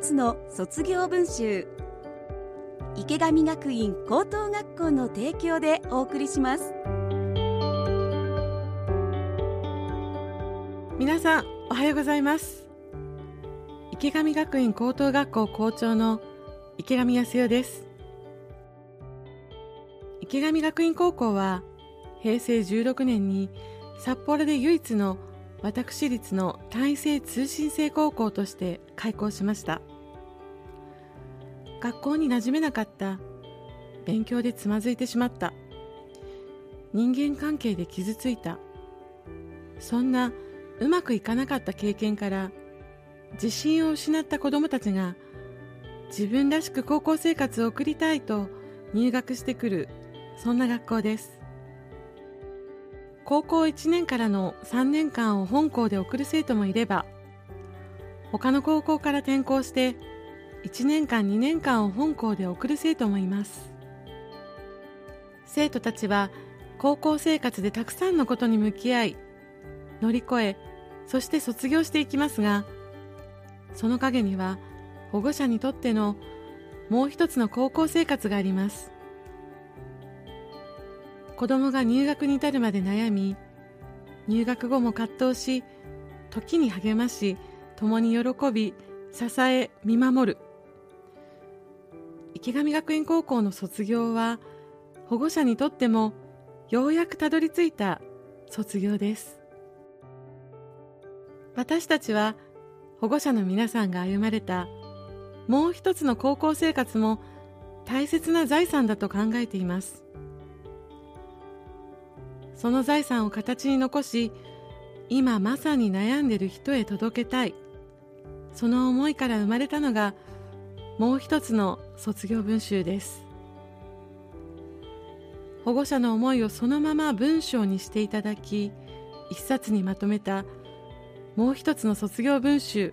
つの卒業文集、池上学院高等学校の提供でお送りします。 皆さんおはようございます。池上学院高等学校校長の池上康代です。池上学院高校は平成16年に札幌で唯一の私立の単位制通信制高校として開校しました。学校に馴染めなかった、勉強でつまずいてしまった、人間関係で傷ついた、そんなうまくいかなかった経験から自信を失った子どもたちが自分らしく高校生活を送りたいと入学してくる、そんな学校です。高校1年からの3年間を本校で送る生徒もいれば、他の高校から転校して1年間2年間を本校で送る生徒もいます。生徒たちは高校生活でたくさんのことに向き合い、乗り越え、そして卒業していきますが、その陰には保護者にとってのもう一つの高校生活があります。子供が入学に至るまで悩み、入学後も葛藤し、時に励まし、共に喜び、支え、見守る。池上学院高校の卒業は、保護者にとってもようやくたどり着いた卒業です。私たちは保護者の皆さんが歩まれたもう一つの高校生活も大切な財産だと考えています。その財産を形に残し、今まさに悩んでいる人へ届けたい、その思いから生まれたのがもう一つの卒業文集です。保護者の思いをそのまま文章にしていただき、一冊にまとめたもう一つの卒業文集。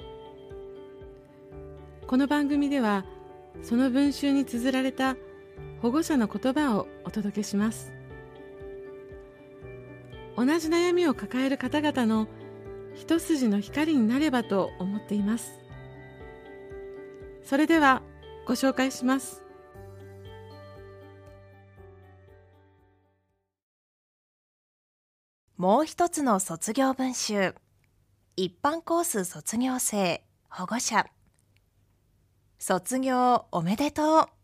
この番組ではその文集に綴られた保護者の言葉をお届けします。同じ悩みを抱える方々の一筋の光になればと思っています。それではご紹介します。 もう一つの卒業文集、一般コース卒業生保護者。卒業おめでとう。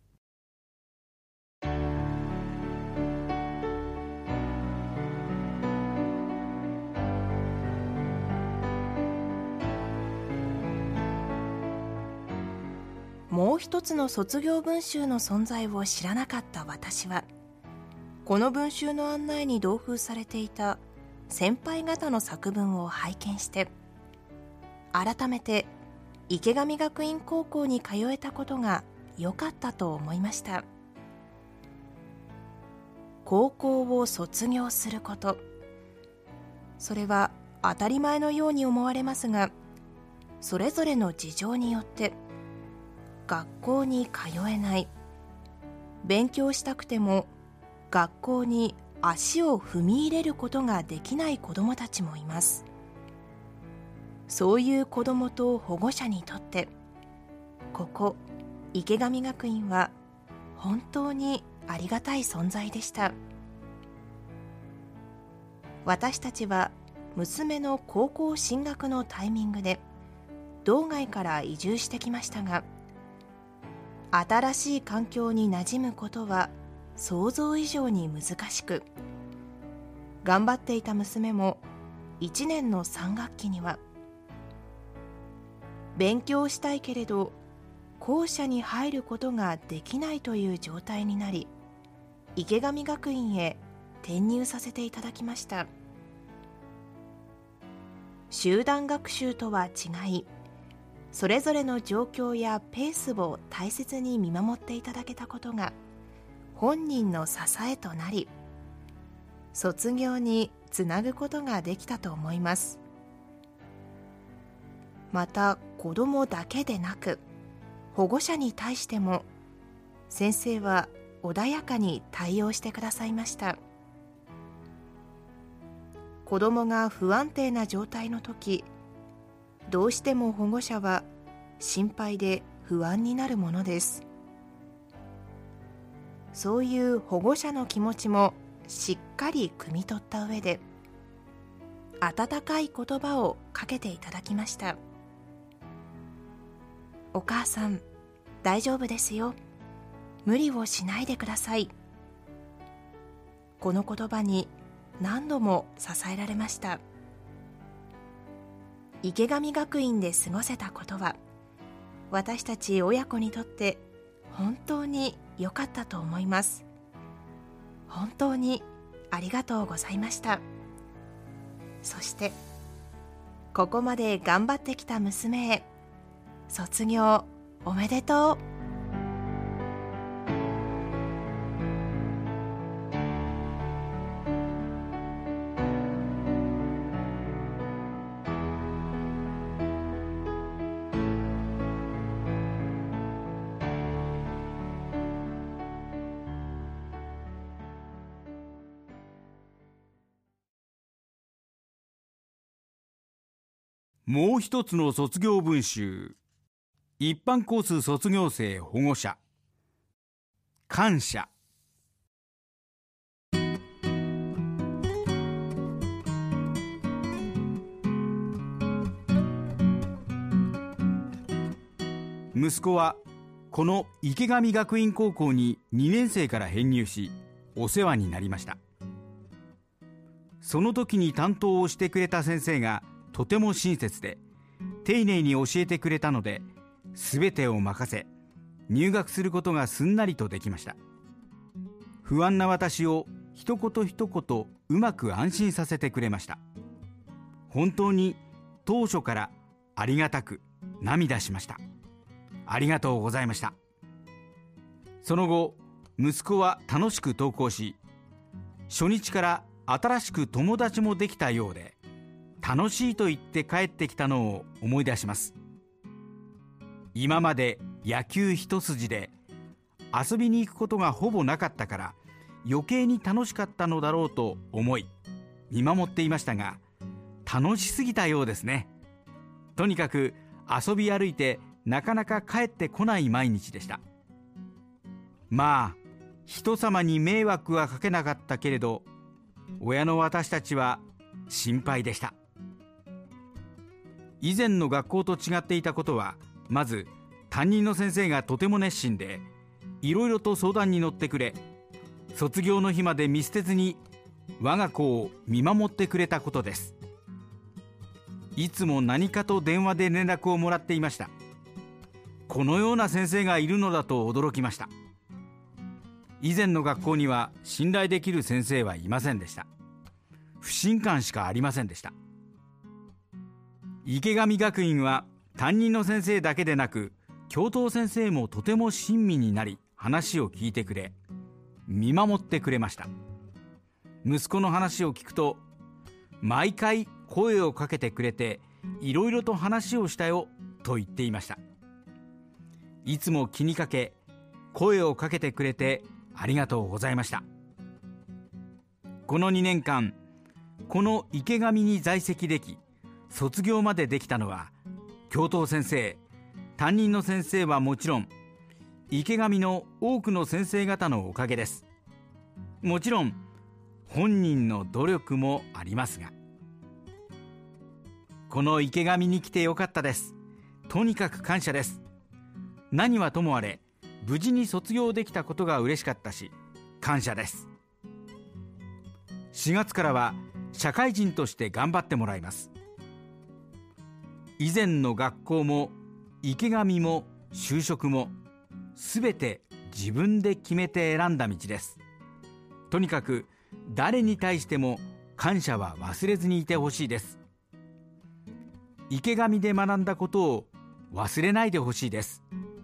もう一つの卒業文集の存在を知らなかった私は、この文集の案内に同封されていた先輩方の作文を拝見して、改めて池上学院高校に通えたことが良かったと思いました。高校を卒業すること、それは当たり前のように思われますが、それぞれの事情によって学校に通えない、勉強したくても学校に足を踏み入れることができない子どもたちもいます。そういう子どもと保護者にとって、ここ池上学院は本当にありがたい存在でした。私たちは娘の高校進学のタイミングで道外から移住してきましたが、新しい環境に馴染むことは想像以上に難しく、頑張っていた娘も1年の3学期には、勉強したいけれど校舎に入ることができないという状態になり、池上学院へ転入させていただきました。集団学習とは違い、それぞれの状況やペースを大切に見守っていただけたことが本人の支えとなり、卒業につなぐことができたと思います。また子どもだけでなく保護者に対しても先生は穏やかに対応してくださいました。子どもが不安定な状態の時、どうしても保護者は心配で不安になるものです。そういう保護者の気持ちもしっかり汲み取った上で、温かい言葉をかけていただきました。お母さん、大丈夫ですよ。無理をしないでください。この言葉に何度も支えられました。池上学院で過ごせたことは、私たち親子にとって本当に良かったと思います。本当にありがとうございました。そしてここまで頑張ってきた娘へ、卒業おめでとう。 もう一つの卒業文集。一般コース卒業生保護者。感謝。息子はこの池上学院高校に2年生から編入し、お世話になりました。その時に担当をしてくれた先生がとても親切で丁寧に教えてくれたので、全てを任せ入学することがすんなりとできました。不安な私を一言一言うまく安心させてくれました。本当に当初からありがたく涙しました。ありがとうございました。その後、息子は楽しく登校し、初日から新しく友達もできたようで、楽しいと言って帰ってきたのを思い出します。今まで野球一筋で遊びに行くことがほぼなかったから余計に楽しかったのだろうと思い見守っていましたが、楽しすぎたようですね。とにかく遊び歩いてなかなか帰ってこない毎日でした。まあ人様に迷惑はかけなかったけれど、親の私たちは心配でした。以前の学校と違っていたことは、まず担任の先生がとても熱心でいろいろと相談に乗ってくれ、卒業の日まで見捨てずに我が子を見守ってくれたことです。いつも何かと電話で連絡をもらっていました。このような先生がいるのだと驚きました。以前の学校には信頼できる先生はいませんでした。不信感しかありませんでした。池上学院は担任の先生だけでなく、教頭先生もとても親身になり話を聞いてくれ、見守ってくれました。息子の話を聞くと、毎回声をかけてくれていろいろと話をしたよと言っていました。いつも気にかけ声をかけてくれてありがとうございました。この2年間、この池上に在籍でき卒業までできたのは、教頭先生、担任の先生はもちろん池上の多くの先生方のおかげです。もちろん本人の努力もありますが、この池上に来てよかったです。とにかく感謝です。何はともあれ無事に卒業できたことが嬉しかったし、感謝です。4月からは社会人として頑張ってもらいます。以前の学校も池上も就職もすべて自分で決めて選んだ道です。とにかく誰に対しても感謝は忘れずにいてほしいです。池上で学んだことを忘れないでほしいです。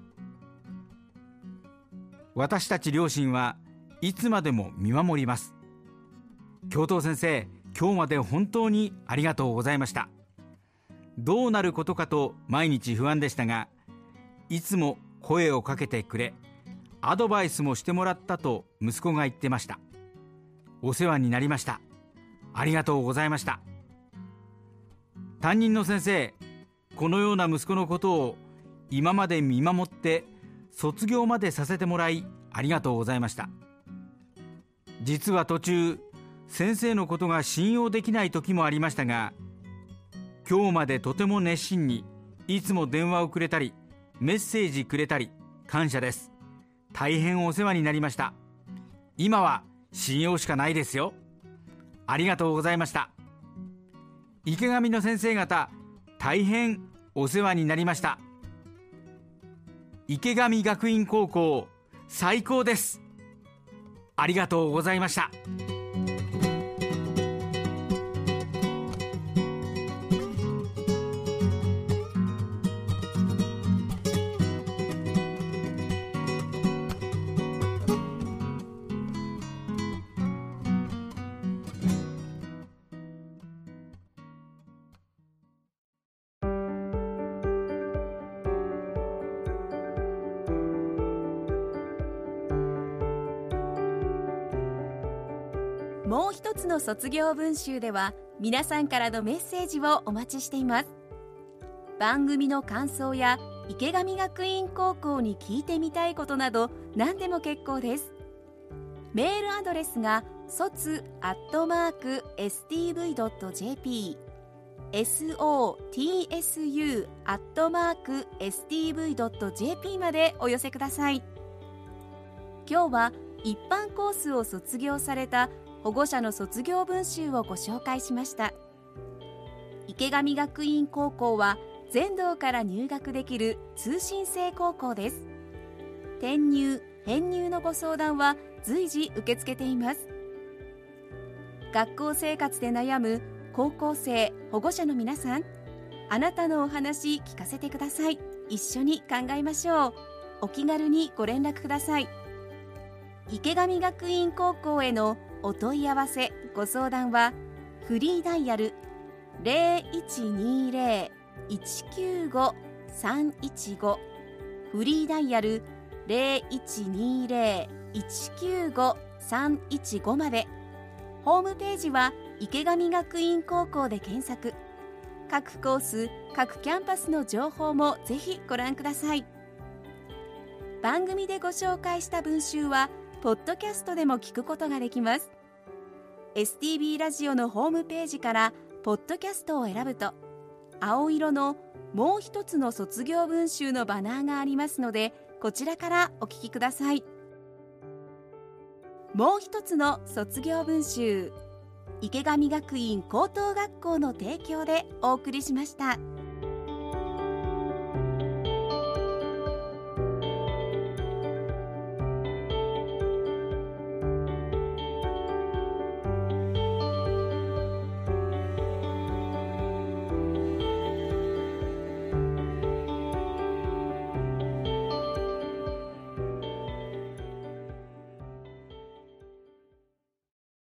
私たち両親はいつまでも見守ります。教頭先生、今日まで本当にありがとうございました。どうなることかと毎日不安でしたが、いつも声をかけてくれ、アドバイスもしてもらったと息子が言ってました。お世話になりました。ありがとうございました。担任の先生、このような息子のことを今まで見守って卒業までさせてもらいありがとうございました。実は途中先生のことが信用できない時もありましたが、今日までとても熱心にいつも電話をくれたりメッセージくれたり感謝です。大変お世話になりました。今は信用しかないですよ。ありがとうございました。池上の先生方、大変お世話になりました。池上学院高校最高です。ありがとうございました。 もう一つの卒業文集では皆さんからのメッセージをお待ちしています。番組の感想や池上学院高校に聞いてみたいことなど何でも結構です。メールアドレスがsots@stv.jp sotsu@stv.jp までお寄せください。今日は一般コースを卒業された保護者の卒業文集をご紹介しました。池上学院高校は全道から入学できる通信制高校です。転入・編入のご相談は随時受け付けています。学校生活で悩む高校生・保護者の皆さん、あなたのお話聞かせてください。一緒に考えましょう。お気軽にご連絡ください。池上学院高校へのお問い合わせご相談はフリーダイヤル 0120-195-315 フリーダイヤル 0120-195-315 まで。ホームページは池上学院高校で検索。各コース各キャンパスの情報もぜひご覧ください。番組でご紹介した文集はポッドキャストでも聞くことができます。STB ラジオのホームページからポッドキャストを選ぶと、青色のもう一つの卒業文集のバナーがありますので、こちらからお聞きください。もう一つの卒業文集、池上学院高等学校の提供でお送りしました。